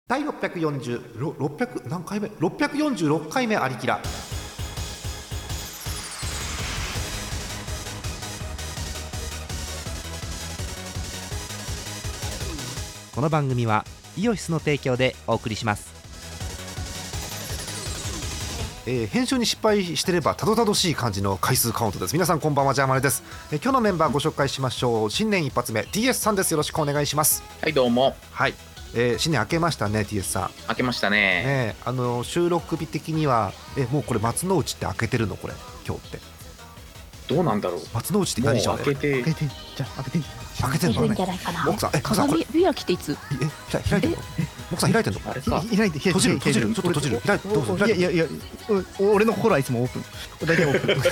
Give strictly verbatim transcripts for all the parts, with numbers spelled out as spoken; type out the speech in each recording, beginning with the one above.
第ろっぴゃくよんじゅう、ろっぴゃく何回目ろっぴゃくよんじゅうろっかいめありきら。この番組はイオシスの提供でお送りします。えー、編集に失敗してればたどたどしい感じの回数カウントです。皆さんこんばんは、ジャーマネです。えー、今日のメンバーご紹介しましょう。新年一発目 ティーエス さんです。よろしくお願いします。 はい、どうも。 はい、えー、新年明けましたね。 ティーエス さん明けました ね, ね。あの収録日的にはえもうこれ松の内って開けてるの？これ今日ってどうなんだろう。 松の内って何じゃん。 開けて開けてじゃあ開けて開けてんのね。奥さん、え、奥さんこれ鏡開きっていつ？ え、開いてんの？奥さん開いてんの？ あれか開いて閉じる閉じるちょっと閉じる。開いてどうぞ。 いやいやいや、俺の心はいつもオープン。大体オープン。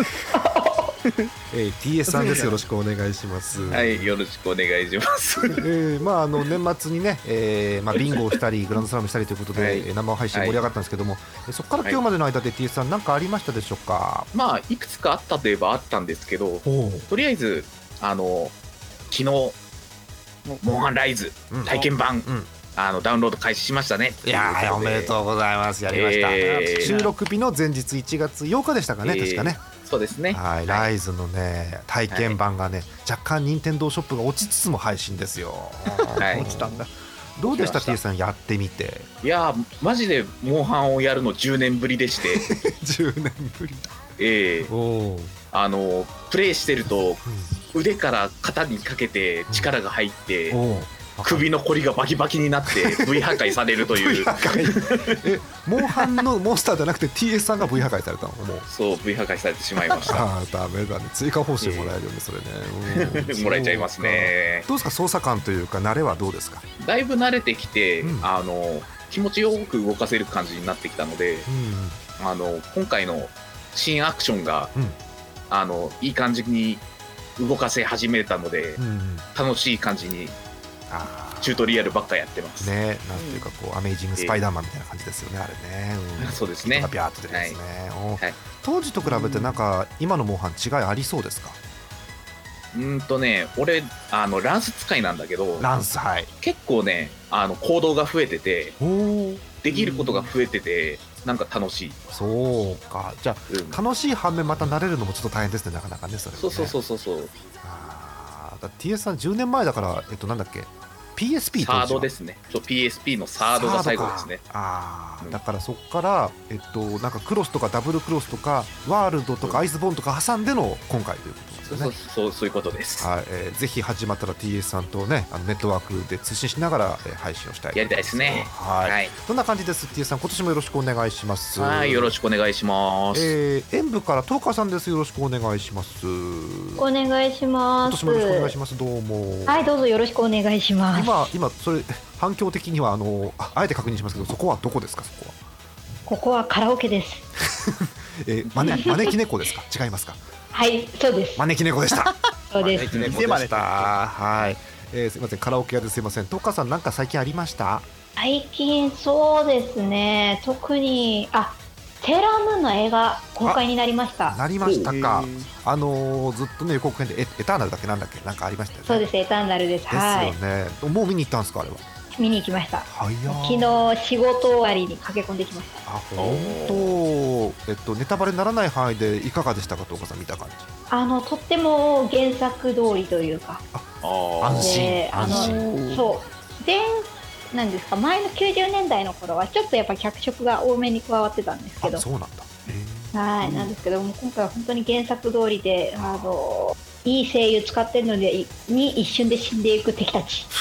えー、ティーエス さんです。よろしくお願いします。 はい、よろしくお願いします。 えー、まああの年末にね、えー、まあビンゴをしたりグランドスラムしたりということで、はい、生配信盛り上がったんですけども、はい、そこから今日までの間で ティーエス さん何かありましたでしょうか？ まあいくつかあったといえばあったんですけど、とりあえずあの昨日モンハンライズ体験版、うんうん、あのダウンロード開始しましたね。 いやー、おめでとうございます。やりました、えー、収録日の前日いちがつようかでしたかね、えー、確かね。 そうですね。 はい、ライズのね体験版がね、はい、若干任天堂ショップが落ちつつも配信ですよ。 はい、 落ちたんだ。どうでした ティーエス さん、やってみて？ いやマジでモンハンをやるのじゅうねんぶりでしてじゅうねんぶり。 ええー、あのプレイしてると、うん、腕から肩にかけて力が入って、うん、首のこりがバキバキになって V 破壊されるというえ、モンハンのモンスターじゃなくて ティーエス さんが V 破壊されたの？もうそう V 破壊されてしまいました。 あーダメだね。追加報酬もらえるよね、それね。もらえちゃいますね。 どうですか、操作感というか慣れはどうですか？ だいぶ慣れてきて、うん、あの気持ちよく動かせる感じになってきたので、うん、あの今回の新アクションが、うん、あのいい感じに動かせ始めたので、うん、楽しい感じにチュートリアルばっかやってますね。なんていうかこう、うん、アメイジングスパイダーマンみたいな感じですよね、あれね、 うん、そうですね。 人がビャーって出てますね、はいはい、 当時と比べてなんか今のモンハン違いありそうですか？ うんとね、俺あのランス使いなんだけど、 ランス、はい、 結構ねあの行動が増えててできることが増えててなんか楽しい。 そうか、じゃあ、うん、楽しい反面また慣れるのもちょっと大変ですね、なかなかね、それね。 そうそうそうそうそう。 あだ ティーエス さんじゅうねんまえだから、えっとなんだっけ ピーエスピーサードですね。そう ピーエスピー のサードが最後ですね。 あ、うん、だからそこからえっとなんかクロスとかダブルクロスとかワールドとかアイスボーンとか挟んでの今回ということですね。 そうそうそう、そういうことです。 はい、えー、ぜひ始まったら ティーエス さんとね、あのネットワークで通信しながら、えー、配信をしたいと思います。 やりたいですね。 はい、 はい、 どんな感じです ティーエス さん、今年もよろしくお願いします。 はい、よろしくお願いします。 えー、演舞から東川さんです。よろしくお願いします。 お願いします。 今年もよろしくお願いします。どうも。 はい、どうぞよろしくお願いします。 今今それ反響的にはあの あ, あえて確認しますけど、そこはどこですか？そこはここはカラオケです。 えー、招, 招き猫ですか？違いますか？ はい、そうです。 招き猫でした。 そうです。 招き猫でした。はい、えー、すみません、カラオケ屋ですいません。東川さん、なんか最近ありました？ 最近そうですね、特にあセーラームーンの映画公開になりました。 なりましたか。あのー、ずっとね予告編で エ, エターナルだっけなんだっけなんかありましたよね。 そうです、エターナルです。 ですよね、はい、もう見に行ったんですか？あれは見に行きました。 昨日仕事終わりに駆け込んできました。 あ、本当。えっとネタバレにならない範囲でいかがでしたか？東川さん見た感じ。 あのとっても原作通りというか、 あ安心安心。 そう前なんですか、前のきゅうじゅうねんだいの頃はちょっとやっぱ脚色が多めに加わってたんですけど。 あ、そうなんだ。 はい、なんですけども今回は本当に原作通りで、あのいい声優使ってるのでに一瞬で死んでいく敵たち。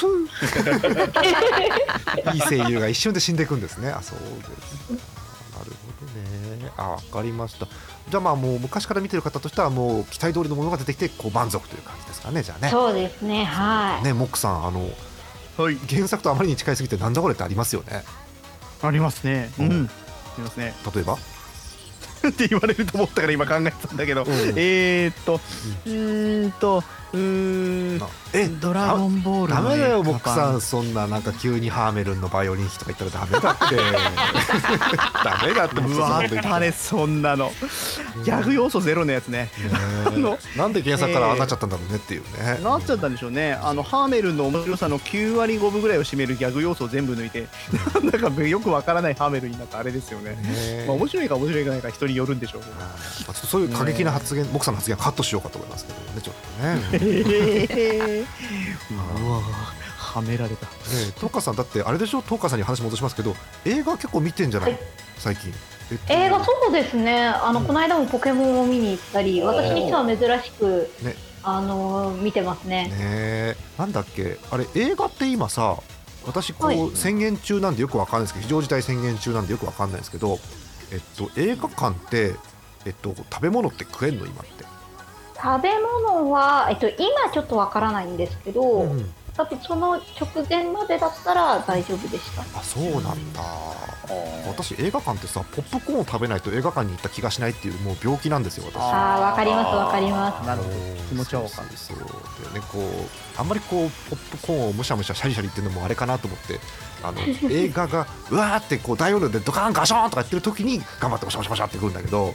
いい声優が一瞬で死んでいくんですね。あ、そうです。なるほどね。あ、わかりました。じゃあまあもう昔から見てる方としてはもう期待通りのものが出てきてこう満足という感じですかね。じゃあね。 そうですね。はい。 ね、モックさん、あの、はい、原作とあまりに近いすぎてなんだこれってありますよね。 ありますね。うん。ありますね。 例えばって言われると思ったから今考えてたんだけど、うん、えーっとうーんとうーんえドラゴンボールの、ね、ダメだよモックさん、そんななんか急にハーメルンのバイオリン弾きとか言ったらダメだってダメだってうわあったねそんなのギャグ要素ゼロのやつねあのなんで原作からああなっちゃったんだろうねっていうね、 えー、なっちゃったんでしょうね。あのハーメルンの面白さのきゅうわりごぶぐらいを占めるギャグ要素を全部抜いてなんだかよくわからないハーメルンになったあれですよね。ねまあ、面白いか面白いかないか人によるんでしょうけど、 まあ、そういう過激な発言、モックさんの発言はカットしようかと思いますけどね、ちょっとねうわはめられた、ね、 トーカさんだってあれでしょ、トーカさんに話戻しますけど映画結構見てんじゃない、はい、最近、 えっと、映画そうですね、あの、うん、この間もポケモンを見に行ったり、私にしては珍しく、ね、あの見てますね。 ねなんだっけあれ映画って今さ、私こう、はい、宣言中なんでよくわかんないですけど、非常事態宣言中なんでよくわかんないですけど、えっと、映画館って、えっと、食べ物って食えんの今って。 食べ物は、えっと、今ちょっとわからないんですけど、うん、多分その直前までだったら大丈夫でした。 あ、そうなんだ。私映画館ってさ、ポップコーンを食べないと映画館に行った気がしないっていう、もう病気なんですよ私。 ああ、わかりますわかります。 なるほど、気持ちはわかる。 そうそうでね、こうあんまりこうポップコーンをむしゃむしゃシャリシャリっていうのもあれかなと思って、あの映画がうわーってこう大容量でドカーンガショーンとかやってる時に頑張ってバシャバシャバシャってくるんだけど、うん、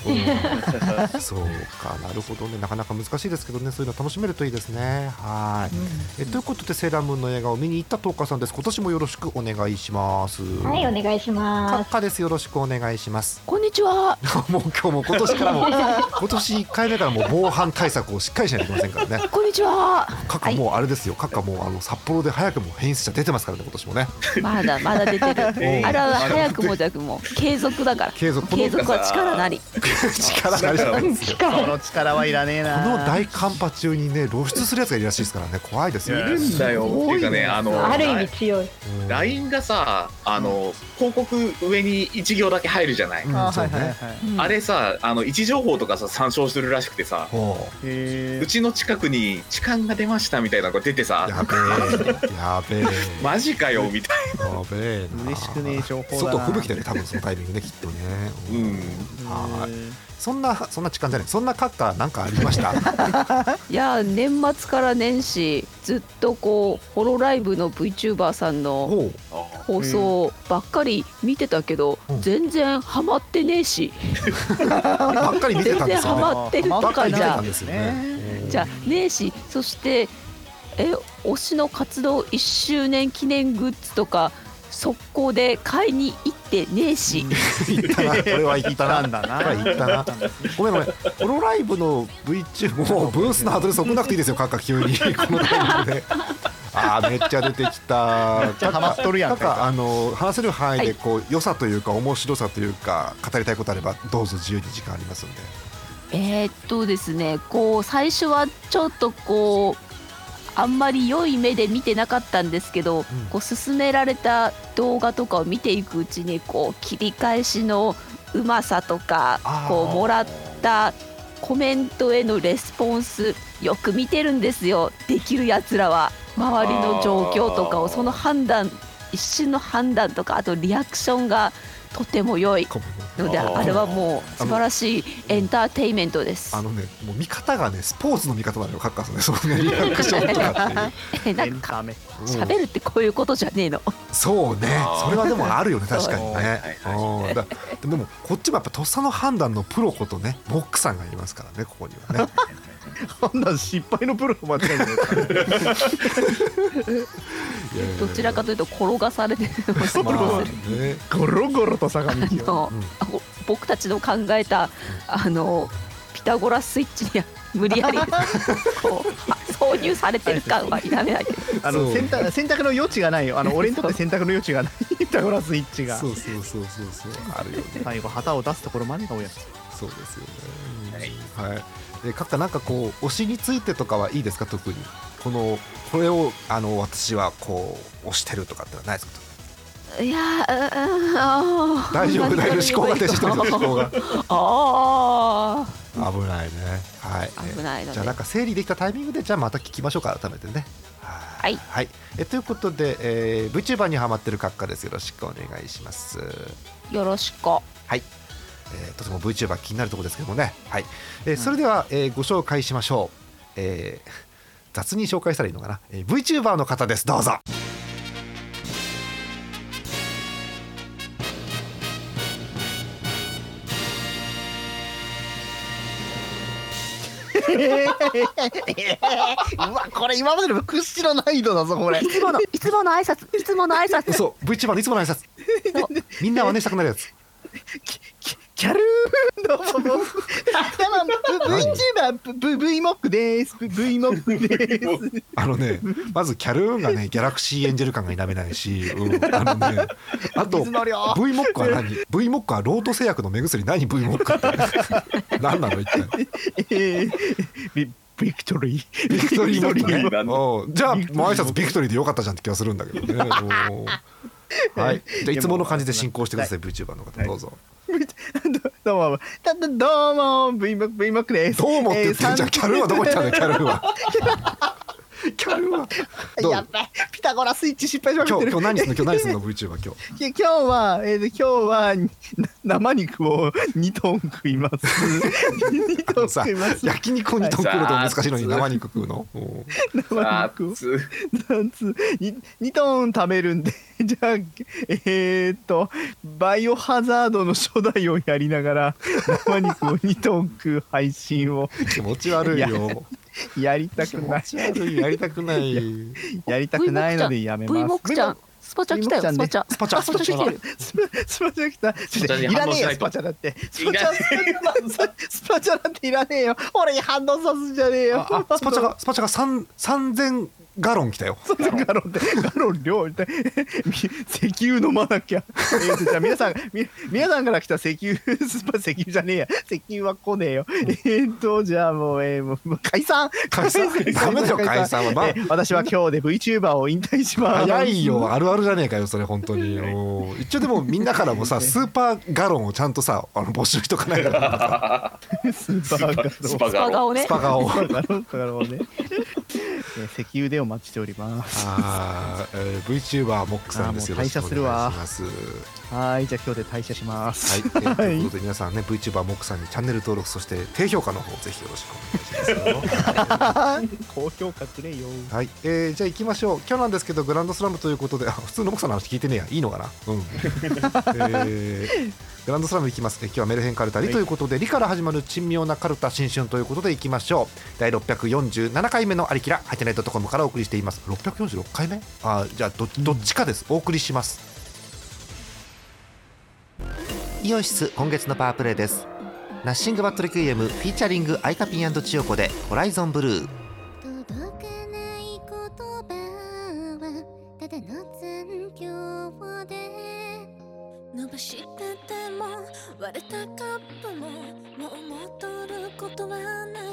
そうか、なるほどね、なかなか難しいですけどね、そういうの楽しめるといいですね。はい、うん、えということでセーラームーンの映画を見に行ったトーカさんです。今年もよろしくお願いします。 はい、お願いします。 カッカです、よろしくお願いします。 こんにちはもう今日も今年からも今年いっかいめからもう防犯対策をしっかりしないといけませんからね。 こんにちは。 カッカもうあれですよ、カッカもうあの札幌で早くも変質者出てますからね、今年もね。 まだまだ出てるあれは早くもじゃなくも継続だから、 継続継続は力なり力なりじゃないですよ。 その力はいらねえな。 この大寒波中にね露出するやつがいるらしいですからね、怖いですよ。 いるんだよっていうかね、あのある意味強い。 ライン がさ、あの広告上にいち行だけ入るじゃない。 あ、はいはいはい、 あれさ、あの位置情報とかさ参照するらしくてさ、うちの近くに痴漢が出ましたみたいなのが出てさ、 やべえやべえマジかよみたいな。 やべえ嬉しくねえ情報だな。 外吹雪だね、多分そのタイミングね、きっとね。うん、はい。そんなそんな時間じゃない、そんなカッカーなんかありました？ いや年末から年始ずっとこうホロライブの VTuber さんの放送ばっかり見てたけど、全然ハマってねえしばっかり見てたんですよね。 全然ハマってるとかじゃじゃねえし、そしてえ推しの活動いっしゅうねん記念グッズとか速攻で買いに行ってねえし、 言ったな、これは言ったな、 なんだな、 これは言ったな。ごめんごめん、ホロライブの VTuber もうブースのアドレス送んなくていいですよ、カッカ急にこのタイミングで。あーめっちゃ出てきた。 めっちゃハマっとるやんか。 あの話せる範囲でこう、はい、良さというか面白さというか語りたいことあればどうぞ自由に時間ありますんで。 えー、っとですね、こう最初はちょっとこうあんまり良い目で見てなかったんですけど、うん、こう勧められた動画とかを見ていくうちにこう切り返しのうまさとか、こうもらったコメントへのレスポンスよく見てるんですよ、できるやつらは。周りの状況とかを、その判断、一瞬の判断とか、あとリアクションがとても良いので、あれはもう素晴らしいエンターテインメントです。 あのね、もう見方がね、スポーツの見方なのよ、カッカーさんね、そのねリアクションとかっていう。 なんか喋るってこういうことじゃねえの。 そうね、それはでもあるよね、確かにね。だでもこっちもやっぱとっさの判断のプロことね、モックさんがいますからね、ここにはね。 判断失敗のプロの間違いですかね。 どちらかというと転がされてる、 まあね、ゴロゴロと坂道を、 うん、僕たちの考えたあのピタゴラスイッチに無理やりこう挿入されてる感は否めない。 あの選択選択の余地がないよ。あの俺にとって選択の余地がないピタゴラスイッチが。 そうそうそうそうそうあるよね。 最後旗を出すところまでがおやつ。 そうですよね。はい。はい。えカッカなんかこう推しについてとかはいいですか、特にこのこれをあの私はこう推してるとかってのはないですか。 いやあ大丈夫大丈夫、思考が停止してるんですよ、思考が。ああ危ないね。はい、危ないので、じゃあなんか整理できたタイミングでじゃあまた聞きましょうか、改めてね。 はい、 はい、えということで、えー、VTuber にハマってるカッカです。よろしくお願いします。 よろしく。 はい。 えー、とても VTuber 気になるところですけどもね、はいえー、それでは、えー、ご紹介しましょう、えー、雑に紹介したらいいのかな、えー、VTuber の方です。どうぞ。 うわこれ今までの屈指の難易度だぞこれ。 いつものいつもの挨拶いつもの挨拶そう VTuber のいつもの挨拶みんな真似したくなるやつ。 キャルーどうもどうも VTuber V モックです V モックですあのねまずキャルーンがねギャラクシーエンジェル感が否めないし、うん、あのねあと V モックは何 V モックはロート製薬の目薬何 V モックって何なの一体。えービビクトリービクトリーモックねおじゃあもう挨拶ビクトリーでよかったじゃんって気がするんだけどね。はいじゃあいつもの感じで進行してください。 VTuber の方どうぞ。 どうもどうも V モック V モックです。 どうもって言ってんじゃん。キャルーンはどこ行ったんだよキャルーンはキャルーンはやっべピタゴラスイッチ失敗しまくってる。 今日何すんの今日何すんの VTuber 今日今日は、えー、今日は生肉をにトン食います。にトン食います。 焼肉をにトン食うのと難しいのに生肉食うの。 生肉をにトン食べるんでじゃあえー、っとバイオハザードの初代をやりながら生肉をにトン食う配信を気持ち悪いよ。 やりたくない。 やりたくない。 やりたくないのでやめます。 V モックちゃんスパチャ来たよ。スパチャスパチャスパチャ来てる。 スパチャ来た。いらねえよスパチャだって。スパチャスパチャなんていらねえよ。俺に反応さすんじゃねえよ。 スパチャがスパチャが三三千ガロン来たよ。 ガロンでガロン量で石油飲まなきゃ。えー、じゃあ皆さんみ皆さんから来た石油スパ石油じゃねえや。石油は来ねえよ。えー、っとじゃあもう、えー、もう解散解散ダメだよ解散は、まあえー、私は今日で VTuber を引退します。 早いよあるあるじゃねえかよそれ本当に。一応でもみんなからもさスーパーガロンをちゃんとさあの募集しとかないから。 スーパーガロンスパガオねスパガオスパガロンスパガロンね。石油でお待ちしております。 あ、えー、VTuber モックさんですよ。 退社するわ。 はいじゃあ今日で退社します。 はい、えー、ということで皆さんね VTuber モックさんにチャンネル登録そして低評価の方ぜひよろしくお願いします高評価くれよ。 はい、えー、じゃあ行きましょう。今日なんですけどグランドスラムということであ普通のモックさんの話聞いてねえやいいのかな。うん、えーグランドスラムいきます。今日はメルヘンカルタリということで、はい、リから始まる珍妙なカルタ新春ということでいきましょう。だいろっぴゃくよんじゅうななかいめのアリキラハテナイトコムからお送りしています。ろっぴゃくよんじゅうろっかいめあじゃあ ど, どっちかです、うん、お送りします。イオシス今月のパワープレイです。ナッシングバットリクイエムフィーチャリングアイカピン&チヨコでホライゾンブルー。 届かない言葉はただの残響で伸ばしてても割れたカップももう戻ることはない。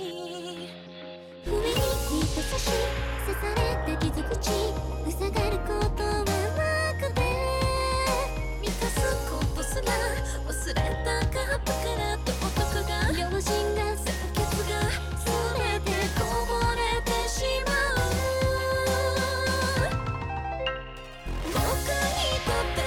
不意に優し刺された傷口塞がることはなくて満たすことすら忘れたカップから道徳が両親が鮮血が全てこぼれてしまう。僕にとって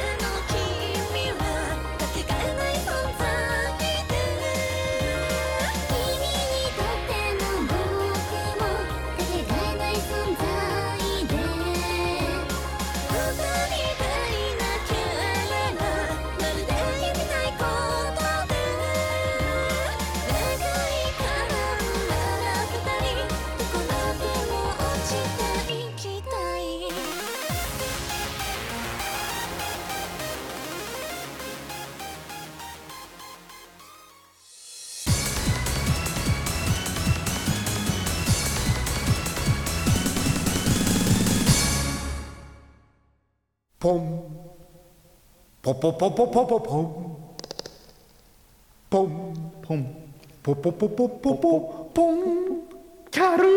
ポンポポポポポポポンポンポンポポポポポポポンキャルー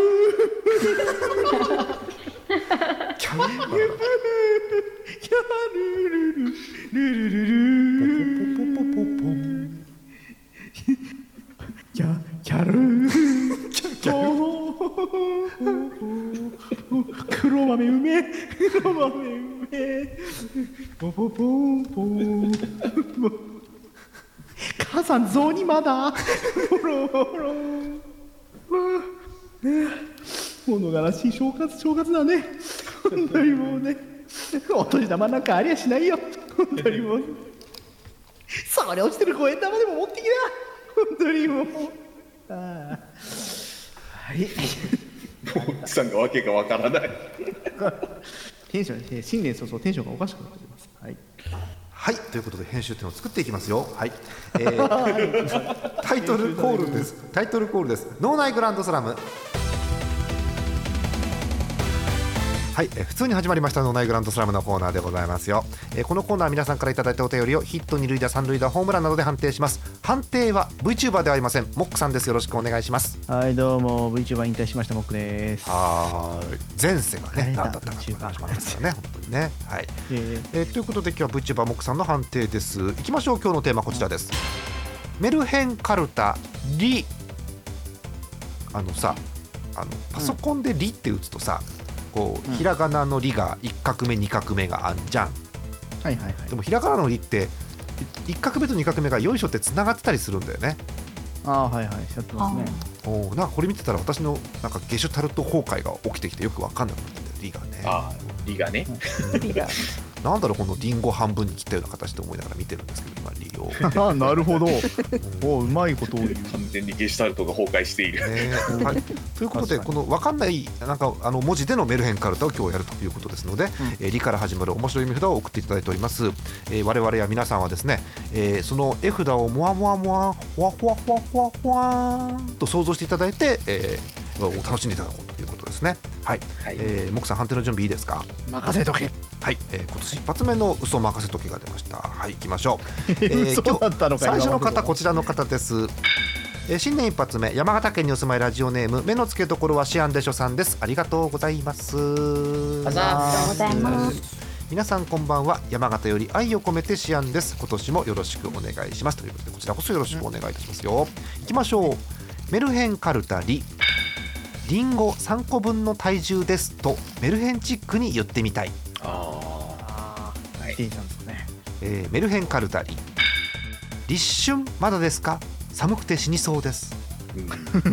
キャルーキャルルルルルルルポポポポポポンキャキャルーキャル黒豆うめ黒豆うめポポポンポン風さん雑煮まだほろほろ物悲しい正月正月だね本当にもうねお年玉なんかありゃしないよ本当にもうそれ落ちてる五円玉でも持ってきな本当にもうああはい奥さんがわけがわからないテンション新年早々テンションがおかしくなっておりますはいはい、ということで編集点を作っていきますよ。はい、えー、タイトルコールです。タイトルコールです。脳内グランドスラム。はい、えー、普通に始まりました脳内グランドスラムのコーナーでございますよ。えー、このコーナーは皆さんからいただいたお便りをヒット二塁打三塁打ホームランなどで判定します。判定は VTuber ではありません。モックさんです。よろしくお願いします。 はいどうも VTuber 引退しましたモックです。 はい、前世がね何だったかという話もありますからね本当にね。はい、えーえー、ということで今日は VTuber モックさんの判定です。いきましょう。今日のテーマはこちらです。メルヘンカルタリ。あのさあのパソコンでリって打つとさ、こうひらがなのリがいっ画目に画目があんじゃん。 はいはいはい。 でもひらがなのリっていっ画目とに画目がよいしょってつながってたりするんだよね。 ああはいはいやってますね。 おなんかこれ見てたら私のなんかゲシュタルト崩壊が起きてきてよく分かんなくなっててリがね。 ああリがね。 リがなんだろうこのリンゴ半分に切ったような形で思いながら見てるんですけど今リを。 あなるほど。おうまいことを言う。 完全にゲシュタルトが崩壊している。 ねはい、ということでこの分かんないなんかあの文字でのメルヘンカルタを今日やるということですので、うんえー、リから始まる面白い絵札を送っていただいております。えー、我々や皆さんはですね、えー、その絵札をもわもわもわほわほわほわほわほわーんと想像していただいて、えー、楽しんでいただこうということですね。はい、はいえー、モクさん判定の準備いいですか。 任せとけ。 はい、えー、今年一発目の嘘任せときが出ました。はい行きましょう。えー、嘘だったのか。 最初の方こちらの方です。えー、新年一発目山形県にお住まいラジオネーム目の付けどころはシアンでしょさんです。ありがとうございます。 ありがとうございます。 皆さんこんばんは。山形より愛を込めてシアンです。今年もよろしくお願いしますということでこちらこそよろしくお願いいたしますよ。行きましょう。メルヘンカルタリリンゴさんこぶんの体重ですとメルヘンチックに言ってみたい。 ああ、はい。 えー、メルヘンカルタリ立春まだですか。寒くて死にそうです。 うん、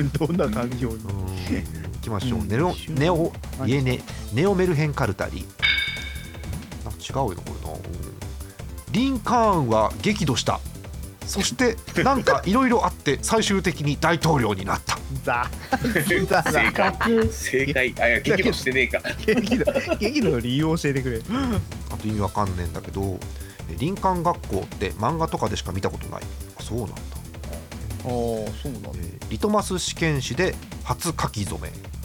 どんな環境に。 いきましょう。うん、ネオネオいえねネオメルヘンカルタリなんか違うよこれな。リンカーンは激怒した。そしてなんかいろいろあって最終的に大統領になった。 ザ正解正解あいや激怒してねえか。 激怒激怒の理由を教えてくれ。 あと意味わかんねえんだけど林間学校って漫画とかでしか見たことない。あそうなんだ。 あそうなんだ、えー、リトマス試験紙で初書き初め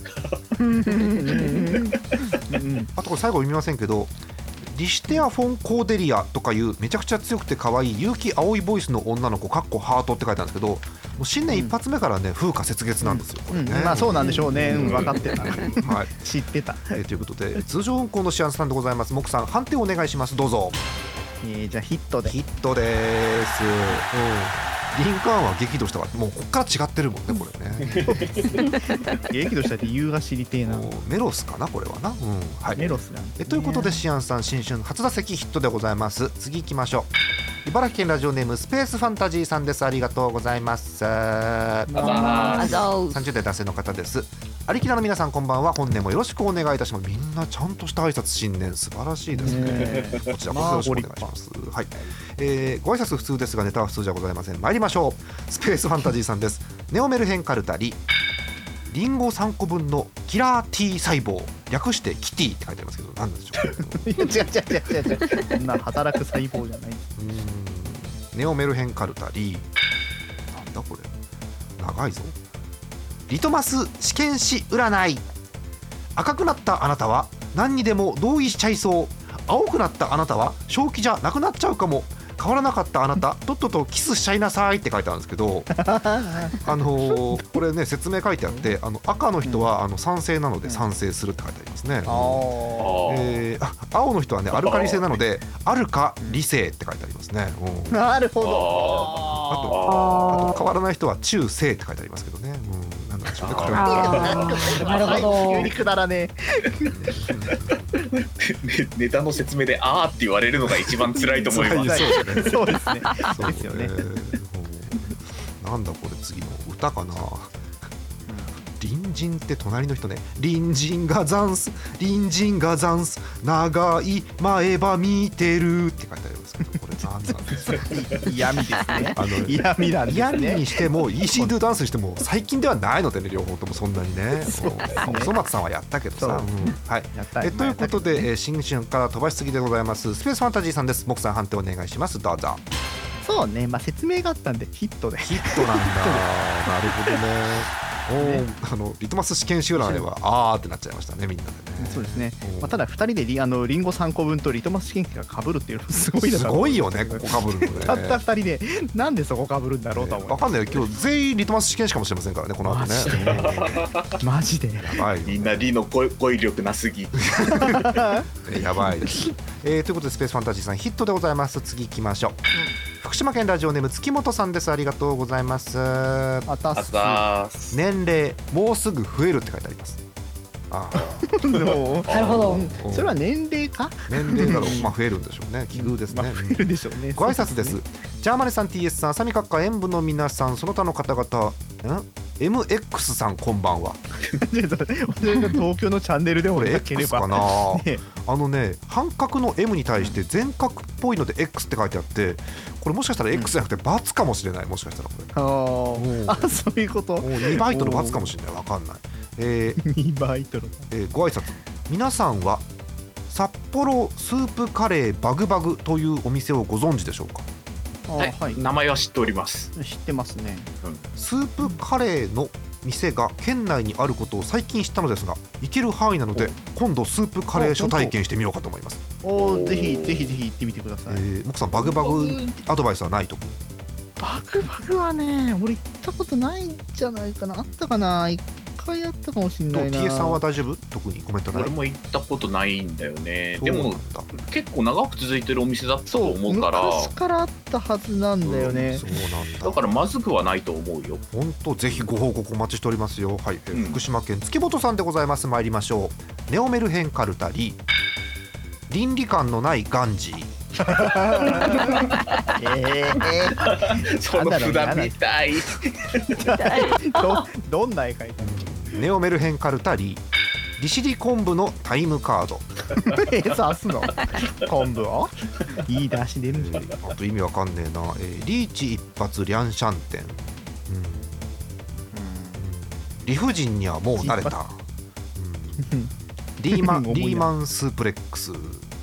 あとこれ最後読みませんけどリシテア・フォン・コーデリアとかいうめちゃくちゃ強くて可愛い結城青いボイスの女の子かっこハートって書いてあるんですけどもう新年一発目からね、うん、風花雪月なんですよ、これね、 うん、まあそうなんでしょうね、うん、分かってた、はい、知ってた、 えー、ということで通常運行のシアンさんでございます。モクさん判定お願いします。どうぞ。 えー、じゃあヒットでヒットです、うんリンカーンは激怒したからもうこっから違ってるもんねこれね激怒した理由が知りてえな。 メロスかなこれはな、うんはい、 メロスなん、ね、 えということでシアンさん新春初打席ヒットでございます。次行きましょう。茨城県ラジオネームスペースファンタジーさんです。ありがとうございます。さんじゅう代男性の方です。ありきらの皆さんこんばんは。本年もよろしくお願いいたします。みんなちゃんとした挨拶新年素晴らしいですね、ねこちらこそよろしくお願いします、まあはいえー、ご挨拶普通ですがネタは普通じゃございません。参りましょう。スペースファンタジーさんです。ネオメルヘンカルタリリンゴさんこぶんのキラー T 細胞略してキティって書いてありますけど何なんでしょう違う違う違う違う違うそんな働く細胞じゃない。 うんネオメルヘンカルタリなんだこれ長いぞ。リトマス試験紙占い。赤くなったあなたは何にでも同意しちゃいそう。青くなったあなたは正気じゃなくなっちゃうかも。変わらなかったあなたとっととキスしちゃいなさいって書いてあるんですけどあのー、これね説明書いてあってあの赤の人はあの酸性なので賛成するって書いてありますね、うんえー、あ青の人はねアルカリ性なのでアルカリ性って書いてありますね、 うん、なるほど。 あとあと変わらない人は中性って書いてありますけどね、うん、なんでしょうねこれは。 なるほど。 急にくだらねえネ, ネタの説明であーって言われるのが一番辛いと思います。 そうですね。 そうですね。 そうですよね。 なんだこれ次の歌かな。隣人って隣の人ね。隣人がザンス、隣人がザンス、長い前歯見てるって書いてありますけど、これ何なんですか。 嫌味ですね。 あの嫌味なんです嫌味ね。 にしても イーシー ドゥダンスにしても最近ではないのでね、両方ともそんなにね。 そうですねおそ松さんはやったけどさ、 そううんはい。 やったえということで、 まあやっえー新春から飛ばしすぎでございますスペースファンタジーさんです。木さん判定お願いします。どうぞ。 たそうね、まあ説明があったんでヒットで。 ヒットなんだ。なるほどね。おーあのリトマス試験集団ではあーってなっちゃいましたね、みんなでね。 そうですねお。ーまあ、ただふたりでリあのリンゴさんこぶんとリトマス試験機が被るっていうのもすごいな。 すごいよね、ここかぶるのね。 たったふたりでなんでそこ被るんだろうとは思いわかんないよ、今日全員リトマス試験士かもしれませんからね、この後ね。 マジで。 やばいよねみんなリの語語彙力なすぎ。 えやばいです、えー、ということでスペースファンタジーさんヒットでございます。次行きましょう、福島県ラジオネーム月本さんです。ありがとうございます。 あたあすざーす。 年齢もうすぐ増えるって書いてあります。あのなるほど。 うんそれは年齢か。 年齢だろう、まあ増えるんでしょうね、奇遇ですね、 まあ増えるでしょうね。 ご挨拶です。 そうジャーマネさん、 ティーエス さん、浅見閣下、演舞の皆さん、その他の方々、ん エムエックス さん、こんばんは。 ですね。私が東京のチャンネルでもこれなけれ X かば。 な、 ねあのね、半角の M に対して全角っぽいので X って書いてあって、これもしかしたら X じゃなくて×かもしれない、もしかしたらこれ。 あーあ、そういうこと。 もうにバイトの×かもしれない、わかんない。えーにバイトの。 えーご挨拶。皆さんは札幌スープカレーバグバグというお店をご存知でしょうか。 はい、 はい。 名前は知っております。 知ってますね。 スープカレーの店が県内にあることを最近知ったのですが、行ける範囲なので今度スープカレー初体験してみようかと思います。 おお、ぜひぜひぜひ行ってみてください。 えー、木さん、バグバグアドバイスはないと。 バグバグはね、俺行ったことないんじゃないかな。あったかな、一回あったかもしれないな。 ティーエス さんは大丈夫？特にコメントない。 俺も行ったことないんだよね。 そうなんだ。 でも結構長く続いてるお店だったと思うから、 昔からあったはずなんだよね。 そうなんだ。 だからまずくはないと思うよ。 本当、ぜひご報告お待ちしておりますよ。はい、えーうん福島県月本さんでございます。参りましょう。ネオメルヘンカルタリ倫理観のないガンジー。 ええその札見たい。 どどんな絵描いたの？ ネオメルヘンカルタリ利尻昆布のタイムカード。 え刺すの？昆布を？いい出し出るんじゃない？ あと意味わかんねえな、えーリーチ一発リャンシャンテン、うん理不尽にはもう慣れた、うんリーマン思い出リーマンスープレックス、うん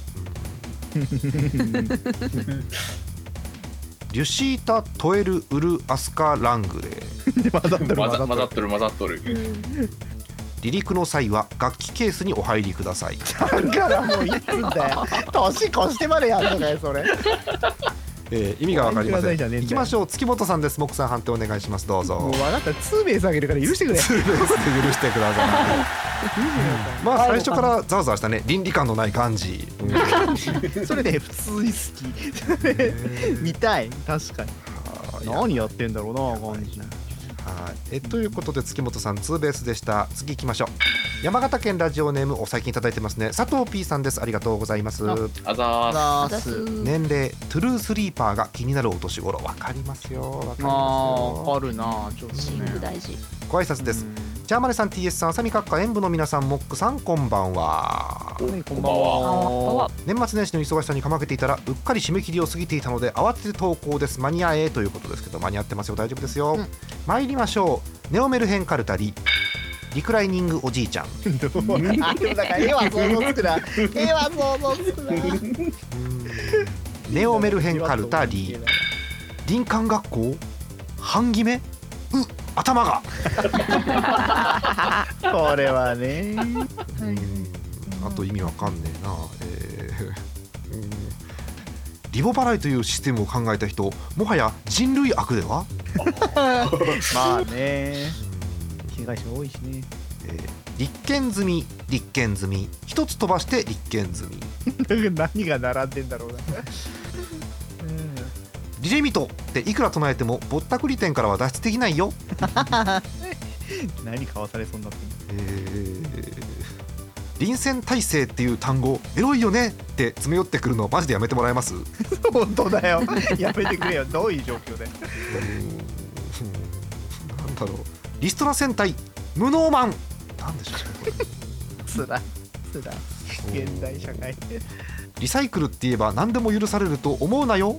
リュシータトエルウルアスカラングレー。 混ざってる混ざ混ざっ混ざっとる混ざっとる。 離陸の際は楽器ケースにお入りください。 てる。だからもういつんだよ。年越してまでやるのかよそれ。 えー意味がわかりません。 お入りくださいじゃねえんだよ行きましょう。月本さんです。木さん判定お願いします。どうぞ。 もう分かった。ツーベースあげるから許してくれ。 ツーベースで許してください。まあ最初からざわざわしたね、倫理観のないガンジー、うんそれで普通に好き。見たい。確かに。何やってんだろうな感じ。 はいえということで月本さんツーベースでした。次行きましょう。山形県ラジオネームお最近いただいてますね、佐藤 P さんです。ありがとうございます。 あざーす。 あ出す年齢トゥルースリーパーが気になるお年頃。わかりますよ、わかりあますよ。 ーあるなちょっと寝ね。 具大事。 ご挨拶です。ジャーマネさん、 ティーエス さん、浅見閣下、演舞の皆さん、モックさん、こんばんは。 はいこんばんは。 年末年始の忙しさにかまけていたらうっかり締め切りを過ぎていたので慌てて投稿です。間に合えということですけど、間に合ってますよ、大丈夫ですよ、 うん参りましょう。ネオメルヘンカルタリリクライニングおじいちゃん。 どうあでもだから絵は想像つくな。絵は想像つくな。 ネオメルヘンカルタリ林間学校半決めう頭がこれはね。 あと意味わかんねえな、えーうんリボ払いというシステムを考えた人、もはや人類悪では。 まあね。被害者多いしね。 えー立憲済み立憲済み一つ飛ばして立憲済み何が並んでんだろうな。 リレミトっていくら唱えてもぼったくり店からは脱出できないよ。 何買わされそうになってんの。 えー臨戦態勢っていう単語エロいよねって詰め寄ってくるのマジでやめてもらえます？ 本当だよやめてくれよ。どういう状況で。 なんだろう、リストラ戦隊無能マンなんでしょうねこれ。 つらいつらい現代社会。 リサイクルって言えば何でも許されると思うなよ。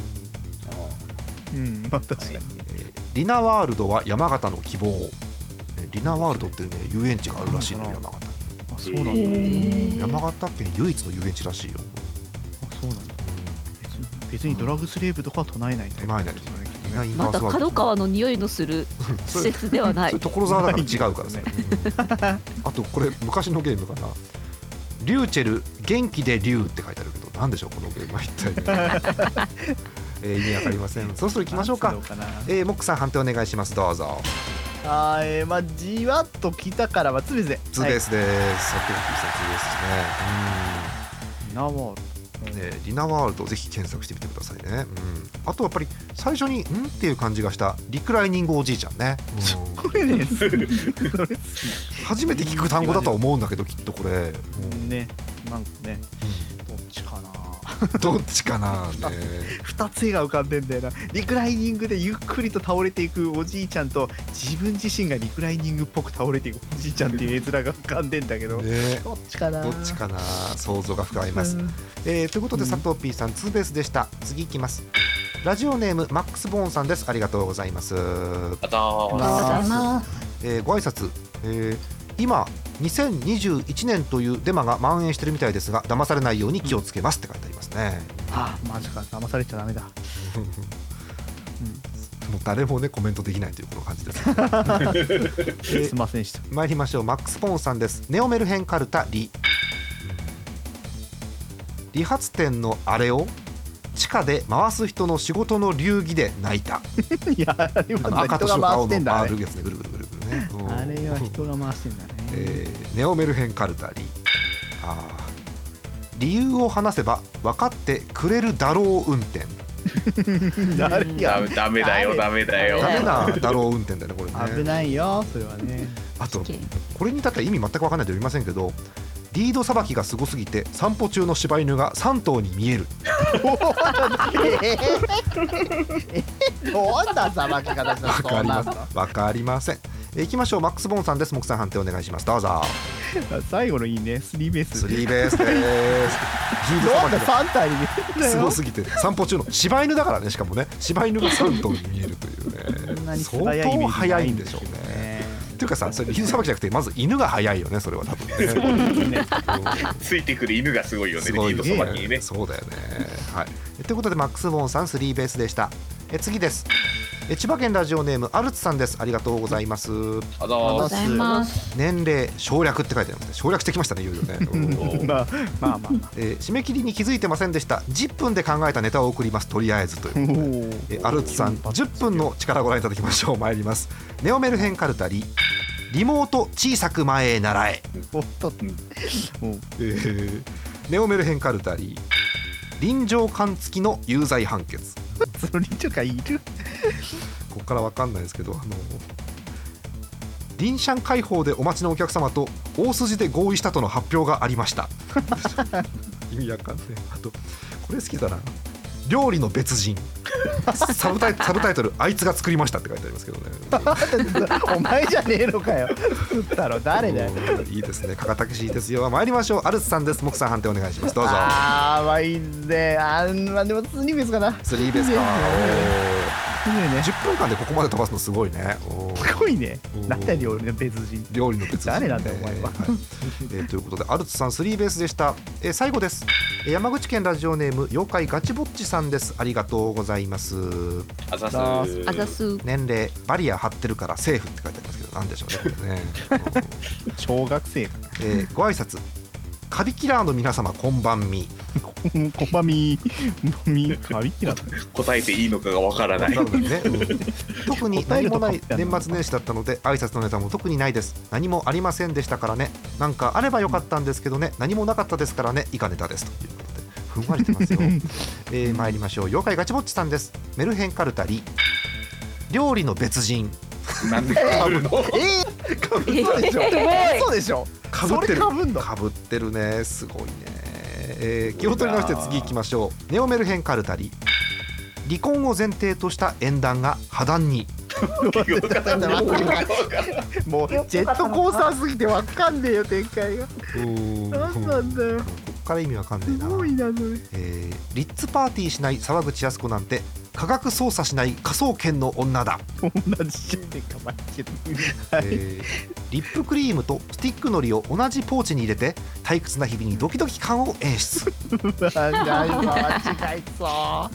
うんまあ確かに。 リナワールドは山形の希望。リナワールドっていうね遊園地があるらしいの山形。 あそうなんだ。 山形県唯一の遊園地らしいよ。 あそうなんだ。別に別にドラッグスレーブとかは唱えないタイプ唱えないですよね。 また角川の匂いのする施設ではない。 所沢だから違うからね。あとこれ昔のゲームかな。リューチェル元気でリュウって書いてあるけど、なんでしょうこのゲームは一体、ねえー、意味わかりません。そろそろ行きましょうか。えー、モックさん判定お願いします。どうぞ。 あー、えー、まあじわっときたからはツーベースで。 ツーベースです。さっきのツーベースですね。 リナワールド。 ね、リナワールドぜひ検索してみてくださいね。うん、あとやっぱり最初にんっていう感じがしたリクライニングおじいちゃんね。 うん、これね初めて聞く単語だとは思うんだけどきっとこれ。 うん、ね、なんかね、うん、どっちかな。 どっちかなね。 二つ絵が浮かんでんだよな。リクライニングでゆっくりと倒れていくおじいちゃんと自分自身がリクライニングっぽく倒れていくおじいちゃんっていう絵面が浮かんでんだけど、ね、どっちかな。 どっちかな。想像が膨らみます。えー、ということで佐藤 P さんツーベースでした。次いきます。ラジオネームマックスボーンさんです。ありがとうございます。 ありがとうございます。 えー、ご挨拶、えー、今にせんにじゅういちねんというデマが蔓延してるみたいですが騙されないように気をつけますって書いてありますね。 ああマジか、騙されちゃダメだ。 うん、もう誰もねコメントできないというこの感じです、ねえー、すいませんでした。 参りましょう。マックスポーンさんです。ネオメルヘンカルタリ理髪店のあれを地下で回す人の仕事の流儀で泣いた。 いやあれは赤と人が回白青のしてんだ。 回るやつね、ぐるぐるぐるぐるね。 あれは人が回してんだね。 えー、ネオメルヘンカルタリあ理由を話せば分かってくれるだろう運転。 誰やダメだよダメだよ。 ダメなだろう運転だねこれね。 危ないよそれはね。 あとこれに至っては意味全く分かんないと読みませんけど、リードさばきがすごすぎて散歩中の柴犬がさん頭に見える。 どんなさばき方した分かりません。分かりません。いきましょう。マックスボーンさんです。木さん判定お願いします。どうぞ。 最後のいいね、スリーベース。 スリーベースです。 なんでさん体に見えるんだよ。 すごすぎて散歩中の柴犬だからね。しかもね柴犬がさん頭に見えるというね。相当速いんでしょうね。っていうかさ、それリードさばきじゃなくてまず犬が速いよね。それは多分ね。 ついてくる犬がすごいよね。リードさばきにね。 そうだよね。はい。ということでマックスボーンさんスリーベースでした。え次です。え千葉県ラジオネームアルツさんです。ありがとうございます。 ありがとうございます。 年齢省略って書いてありますね。省略してきましたね。いよいよね。 まあまあまあ、 えー、締め切りに気づいてませんでした。じゅっぷんで考えたネタを送ります。とりあえずということで、えアルツさんじゅっぷんの力をご覧いただきましょう。参ります。ネオメルヘンカルタリリモート小さく前へ習え。 おっと、 えー、ネオメルヘンカルタリ臨場感付きの有罪判決。 その臨場感いる。 ここから分かんないですけど、あのリンシャン解放でお待ちのお客様と大筋で合意したとの発表がありました。意味わかんない。あとこれ好きだな。料理の別人。サブタイサブタイトルあいつが作りましたって書いてありますけどね。 お前じゃねえのかよ。作ったろ誰だよ。 いいですね。かかたけしいいですよ。参りましょう。アルツさんです。木さん判定お願いします。どうぞ。 ああまあいいね。あーまあでもスリーベースかな。 スリーベースか。 いいね。 じゅっぷんかんでここまで飛ばすのすごいね。 すごいね。なんだ料理の別人。 料理の別人。 誰なんだよお前は。 えー、ということでアルツさんスリーベースでした。えー、最後です。山口県ラジオネーム妖怪ガチぼっちさんです。ありがとうございます。 あざす。 あざす。 年齢バリア張ってるからセーフって書いてありますけど、なんでしょうねこれね。 小学生かな。 えー、ご挨拶。カビキラーの皆様こんばんみ。 こんばんみ。みカビキラー。 答えていいのかがわからない。 ね、うん、特に何もない年末年始だったので挨拶のネタも特にないです。何もありませんでしたからね。なんかあればよかったんですけどね。何もなかったですからね。以下ネタですということでふんわりてますよ。えー、参りましょう。妖怪ガチぼっちさんです。メルヘンカルタリ料理の別人。 なんで来るの？ えー、 そうでしょそうでしょかぶってるそれかぶんのかぶってるね、すごいね。えー、気を取り直して次行きましょう。ネオメルヘンカルタリ。離婚を前提とした縁談が破談に。 もうジェットコースターすぎてわかんねえよ展開が。 何なんだよ。 こっから意味わかんねえな。 すごいなそれ。 えー、リッツパーティーしない沢口靖子なんて科学操作しない科捜研の女だ。 同じじゃねえかマジで。 えー、リップクリームとスティックのりを同じポーチに入れて退屈な日々にドキドキ感を演出。 間違いそう。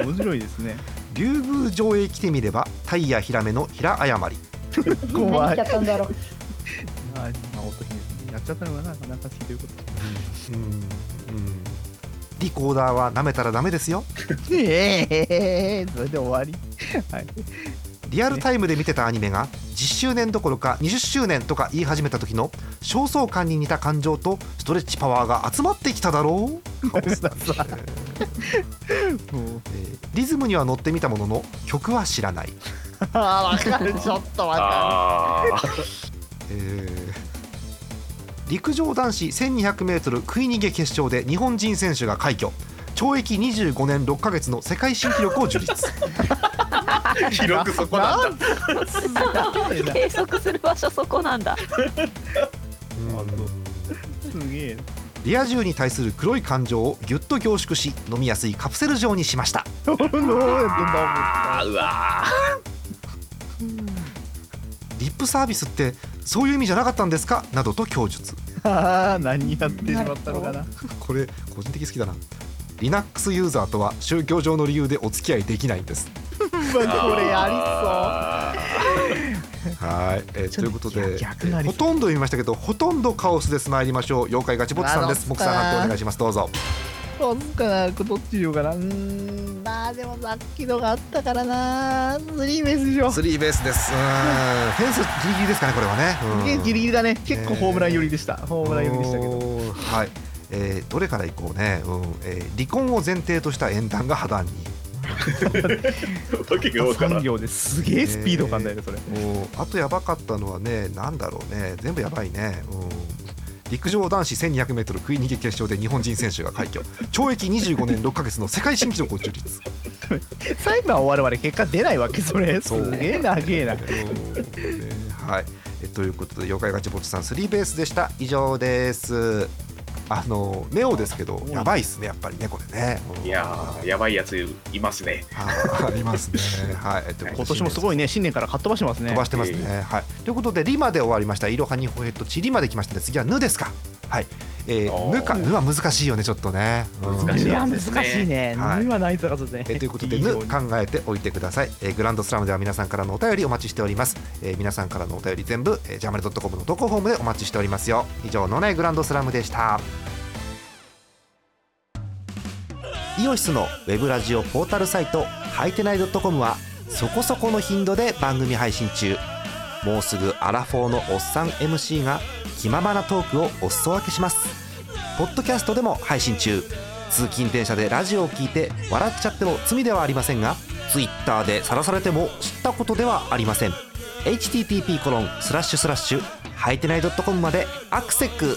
面白いですね。 竜宮城へ来てみればタイやヒラメの平誤り。 怖い。 何しちゃったんだろう。 あ、まあ音姫やっちゃったのかな、なかなか聞いてること。 うんうん、リコーダーは舐めたらダメですよ。 ええー、それで終わり。はい。 リアルタイムで見てたアニメがじゅっしゅうねんどころかにじゅっしゅうねんとか言い始めた時の焦燥感に似た感情とストレッチパワーが集まってきただろう。 もうえーリズムには乗ってみたものの曲は知らない。 あーわかる、ちょっとわかあえー陸上男子 せんにひゃくメートル 食い逃げ決勝で日本人選手が快挙。懲役にじゅうごねんろっかげつの世界新記録を樹立。 ー記録そこなんだ。 る。 計測する場所そこなんだ。 うんすげえ。 リア充に対する黒い感情をギュッと凝縮し飲みやすいカプセル状にしました。 どうやって飲むんだ。 あーうわリップサービスってそういう意味じゃなかったんですかなどと供述。 ああ、何やってしまったのかな。 これ個人的好きだな。 Linux ユーザーとは宗教上の理由でお付き合いできないんです。 まあこれやあはい、えーちょっとということで逆なりそうほとんど言いましたけどほとんどカオスです。参りましょう。妖怪ガチボッチさんです。 あ木さん判定お願いします。どうぞ。 どうかな、どっちしようかな。うーん、まあでもさっきのがあったからな。スリーベースでしょ。 スリーベースです。うーんフェンスギリギリですかねこれはね。うんすげえギリギリだね。結構ホームラン寄りでした。ホームラン寄りでしたけど。 おーはい、えーどれからいこうね、うんえー離婚を前提とした縁談が破談に。 ーわけがわから産ん。 業ですげえスピード感だよねそれ。 おーあとやばかったのはね、なんだろうね、全部やばいね。うん陸上男子 せんにひゃくメートル 食い逃げ決勝で日本人選手が快挙。懲役にじゅうごねんろっかげつの世界新記録を樹立。 裁判終わるまで結果出ないわけそれ。すそうげえ長えな。 うんねはいえということで妖怪ガチボッチさんスリーベースでした。以上です。あのネオですけどやばいっすねやっぱりねこれね。うんいやーやばいやついますね。 あありますね。はい、えっと今年もすごいね、新年からかっ飛ばしてますね。 飛ばしてますね。はい。ということでリマで終わりました。イロハニホヘッドチリまで来ましたね。次はヌですか。はい。えー、 おーヌかヌは難しいよねちょっとね。うん難しいいや難しいね。 はい今ないとかですね。 えーということで非常ヌに考えておいてください。えーグランドスラムでは皆さんからのお便りお待ちしております。えー皆さんからのお便り全部、えー、ジャーマネドットコムの投稿フォームでお待ちしておりますよ。以上のねグランドスラムでした。イオシスのウェブラジオポータルサイトハイテナイドットコムはそこそこの頻度で番組配信中。もうすぐアラフォーのおっさん エムシー が気ままなトークをお裾分けします。ポッドキャストでも配信中。通勤電車でラジオを聞いて笑っちゃっても罪ではありませんが、ツイッターで晒されても知ったことではありません。 エイチティーティーピーコロンスラッシュスラッシュハイテナイドットコム までアクセク。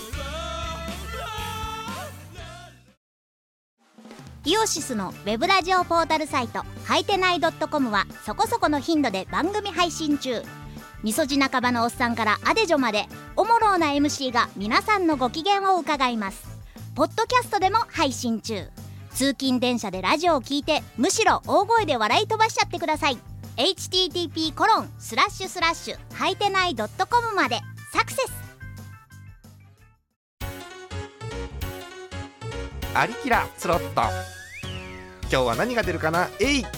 イオシスのウェブラジオポータルサイトハイテナイドットコムはそこそこの頻度で番組配信中。みそじ半ばのおっさんからアデジョまでおもろうな エムシー が皆さんのご機嫌を伺います。ポッドキャストでも配信中。通勤電車でラジオを聞いてむしろ大声で笑い飛ばしちゃってください。 エイチティーティーピーコロンスラッシュスラッシュハイテナイドットコム までサクセス。 アリキラスロット、今日は何が出るかな。えい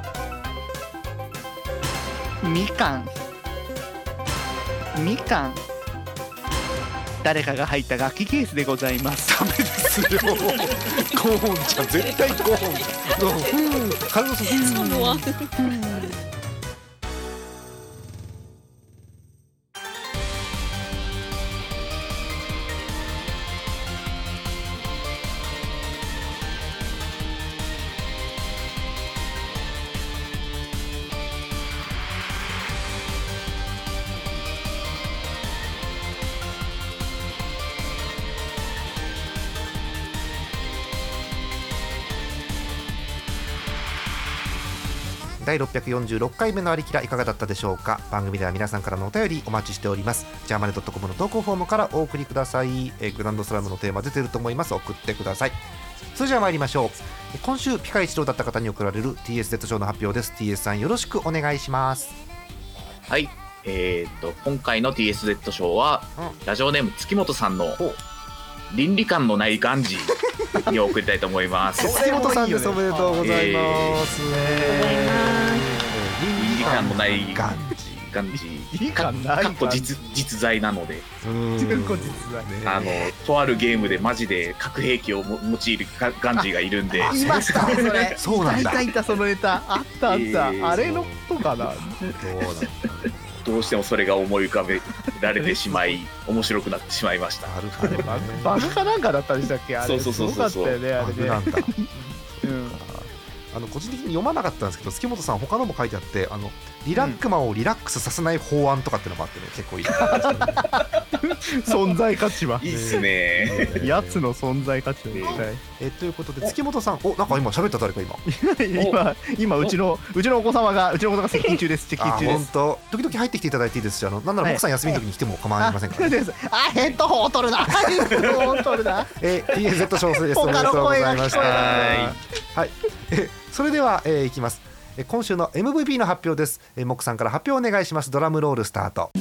みかんみかん誰かが入った楽器ケースでございます。 ダメですよゴーンちゃん絶対ゴーンちゃんうん体の底だいろっぴゃくよんじゅうろっかいめのありきらいかがだったでしょうか。番組では皆さんからのお便りお待ちしております。ジャーマネドットコムの投稿フォームからお送りください。えー、グランドスラムのテーマ出てると思います。送ってください。それじゃあ参りましょう。今週ピカイチローだった方に贈られる ティーエスゼット 賞の発表です。 ティーエス さんよろしくお願いします。 はい、えー、っと今回の ティーエスゼット 賞は、うん、ラジオネーム月本さんの倫理観のないガンジーに送りたいと思います月本さんです。おめでとうございます。 倫理観のないガンジーガンジーかっこ 実, 実在なので、あのとあるゲームでマジで核兵器をも用いるガンジーがいるんで、 いましたそれそうなんだ、 いたいたそのネタあったあった、えー、あれのことかな。 どうしてもそれが思い浮かべられてしまい面白くなってしまいました。 あれバグかなんかだったんでしたっけ。あれそうそうそうそう、 すごかったよねあれね。 なんだうん、あの個人的に読まなかったんですけど、月本さん他のも書いてあって、あのリラックマンをリラックスさせない法案とかってのもあってね、結構いい存在価値はいいっすね。 やつの存在価値を言いたい。 えということで月本さん、おなんか今喋った誰か今今今うちのうちのお子様がうちのお子様が接近中です。接近中です。 本当時々入ってきていただいていいですし、あのなんなら奥さん休みの時に来ても構いませんから、ね。 あヘッドホンを取るな。ヘッドホンを取るな。 え ティーエスゼット 賞です。おめでとうございました。はい。えそれでは、えー、いきます。今週の エムブイピー の発表です。えー、モックさんから発表お願いします。ドラムロールスタート。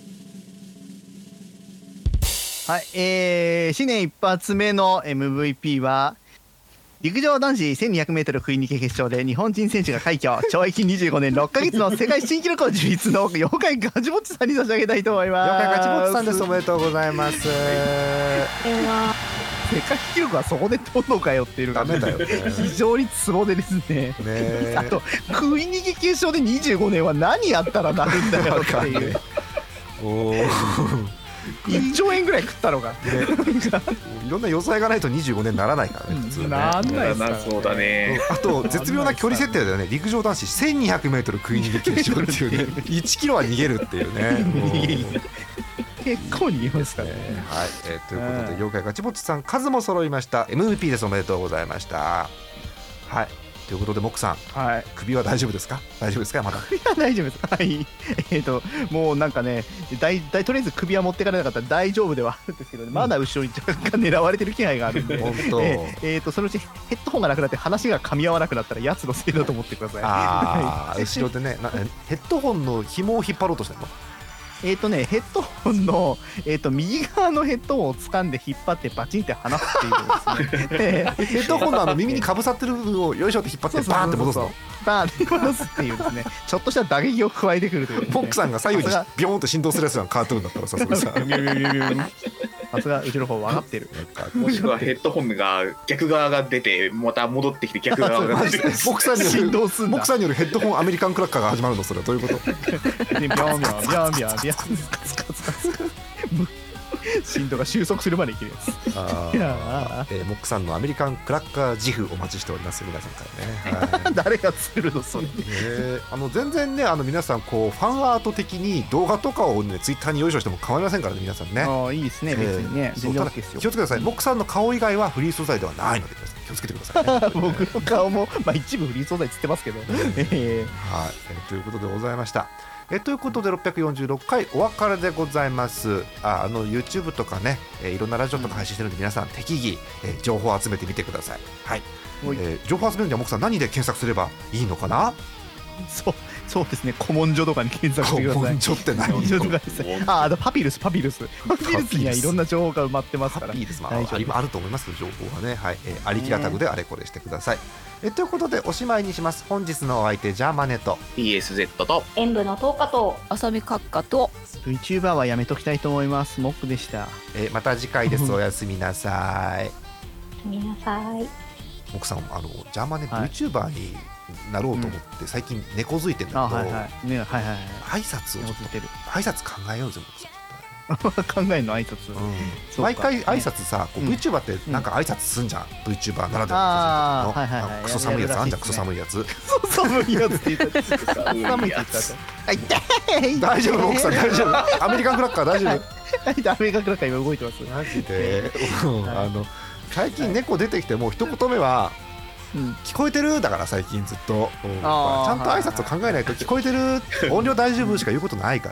はい、えー、新年一発目の エムブイピー は陸上男子 せんにひゃくメートル 食い逃げ決勝で日本人選手が快挙、懲役にじゅうごねんろっかげつの世界新記録を樹立の妖怪ガチモチさんに差し上げたいと思います。 妖怪ガチモチさんです。おめでとうございます。 世界記録はそこで取るのかよっていうのがダメだよ、ね、 非常にツボでですね。ねあと食い逃げ決勝でにじゅうごねんは何やったらなるんだよっていうおいっちょうえんぐらい食ったのか、ね、 いろんな予算がないとにじゅうごねんならないからね、普通ね。 なんないっすからね。 そうだね。 あと絶妙な距離設定だよね。陸上男子 せんにひゃくメートル 食い逃げ決勝っていうねいちキロは逃げるっていうね結構逃げますからね。 はい、えー、ということで妖怪ガチモチさん数も揃いました。 エムブイピー です。おめでとうございました。はいということでモックさん、はい、首は大丈夫ですか。大丈夫ですか。まだ首は大丈夫です。はいえーともうなんかねだいだいとりあえず首は持ってかれなかったら大丈夫ではあるんですけど、ね、まだ後ろに若干狙われてる気配があるんで、本当、えーえーとそのうちヘッドホンがなくなって話が噛み合わなくなったらやつのせいだと思ってください。 あ後ろでねなヘッドホンの紐を引っ張ろうとしてるの。 えーとね、ヘッドホンの、えーと右側のヘッドホンを掴んで引っ張ってバチンって離すっていうですねヘッドホンのあの耳にかぶさってる部分をよいしょって引っ張ってバーンって戻すの。 バーンって戻すっていうですねちょっとした打撃を加えてくるという、ね、 モックさんが左右にビョーンって振動するやつが変わってるんだったらさ、それささすがうちの方分かってる。 もしくはヘッドホンが逆側が出てまた戻ってきて逆側が出てモックさんによるモックさんによるヘッドホンアメリカンクラッカーが始まるの。それはどういうこと。ビャンビャンビャンビャンビャンビャンカツカツカツ振動が収束するまでいけるやつ。 あいやえー、モックさんのアメリカンクラッカー自負お待ちしております。皆さんからね、はい、 誰が作るのそれ、 えー、あの全然ねあの皆さんこうファンアート的に動画とかをねツイッターによいしょしても構いませんからね皆さんね。 あいいですね、別にね、えー、全然 OK ですよ。 気をつけてください。モックさんの顔以外はフリー素材ではないので皆さん気をつけてください、ね、 僕の顔も、まあ、一部フリー素材つってますけど、えーはいえー、ということでございました。えということでろっぴゃくよんじゅうろっかいお別れでございます。ああの YouTube とかね、えー、いろんなラジオとか配信してるんで、皆さん適宜、えー、情報を集めてみてください。はい、えー、情報を集めるにはモクさん何で検索すればいいのかな。 そうそうですね、古文書とかに検索してください。 古文書って何？ ああとパピルスパピルスパピルスにはいろんな情報が埋まってますから。 いいです、まあ、あ, あると思います情報はね。はい、えー、ありきらタグであれこれしてください。えということでおしまいにします。本日のお相手ジャーマネとティーエスゼット と演舞のトーカと浅見閣下と VTuber はやめときたいと思います。モックでした。 えー、また次回です。おやすみなさい。 おやすみなさい。 モックさんあのジャーマネ VTuber になろうと思って最近猫づいてるんだけど、 はいはいね、はいはいはい、 挨拶をちょっと挨拶考えようぜモックさん。 考えるの挨拶、うん、 毎回挨拶さ、こう VTuber ってなんか挨拶すんじゃん、うん、VTuber ならではの、はいはいはい、クソ寒いやつあんじゃん、クソ寒いやつ、クソ寒いやつって言ったクソ寒いって言った大丈夫奥さん大丈夫アメリカンクラッカー大丈夫アメリカンクラッカー今動いてます。 マジであの最近猫出てきてもう一言目はうん、 聞こえてるだから最近ずっと、うん、ちあーゃんと挨拶を考えないと聞こえてる音量大丈夫しか言うことないから、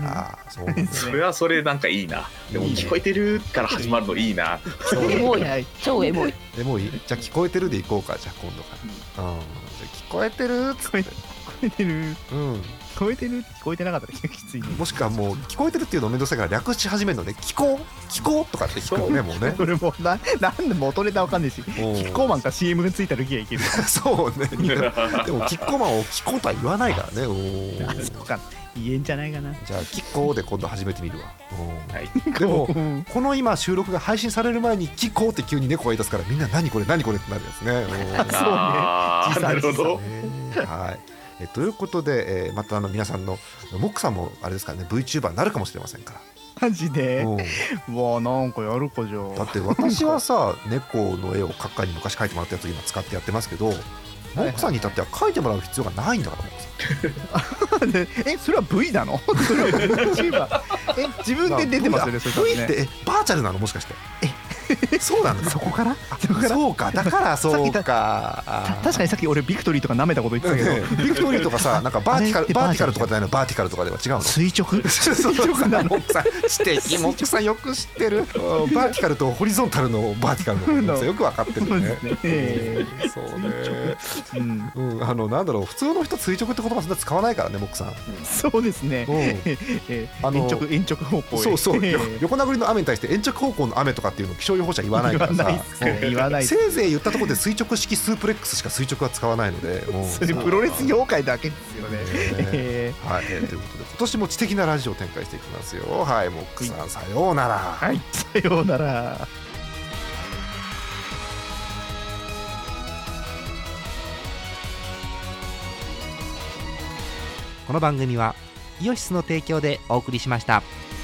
そうなんだよそれはそれなんかいいな。でもいいね聞こえてるから始まるのいいな。 エモいはい超エモい。 でもういいじゃあ聞こえてるでいこうか。じゃあ今度から、うん、じゃあ聞こえてるっつって聞こえてるうん聞こえてる聞こえてなかったらきついね。 もしくはもう聞こえてるっていうのをめんどくさいから略し始めるので聞こう聞こうとかって聞くのねもうねそれもうななんで元ネタわかんないし、キおうッコーマンか シーエム がついた時はいける。 そうねいやでもキッコーマンを聞こうとは言わないからねおーあそこか言えんじゃないかな。 じゃあキッコーで今度始めてみるわおーはい。 でもうんこの今収録が配信される前にキッコーって急に猫が言い出すからみんな何これ何これってなるやつねおーそうねあーなるほど。 ねはいえということで、えーまたあの皆さんのモックさんもあれですからね VTuber になるかもしれませんからマジでうんうわなんかやるかじゃあ。 だって私はさ猫の絵を描く会に昔描いてもらったやつを今使ってやってますけどモックさんに至っては描いてもらう必要がないんだからモックさんでえそれは V なのそれは VTuber え自分で出てますよねそれ多 V 分ね。 ってえバーチャルなのもしかしてそうなんだそこからあそこからそうかだからそうかたあー確かにさっき俺ビクトリーとか舐めたこと言ってたけどビクトリーとかさなんかバーティカあれってルバーティカルバーチャルとかじゃないのバーティカルとかでは違うの垂直そうそうそうモックさん知的モックさんよく知ってるうんバーティカルとホリゾンタルのバーティカルのモックさんよく分かってるよねそうですねえうんそうねうんうんあのなんだろう普通の人垂直って言葉そんな使わないからねモックさんそうですねうんええあの延直延直方向へそうそうええよ横殴りの雨に対して延直方向の雨とかっていうの気象予報士は言わないからさ言わないっすねうん言わないっすせいぜい言ったところで垂直式スープレックスしか垂直は使わないのでもうそれプロレス業界だけですよねねえはい、えーということで今年も知的なラジオを展開していきますよはいモックさんさようなら、 ーはいさようなら。 この番組はイオシスの提供でお送りしました。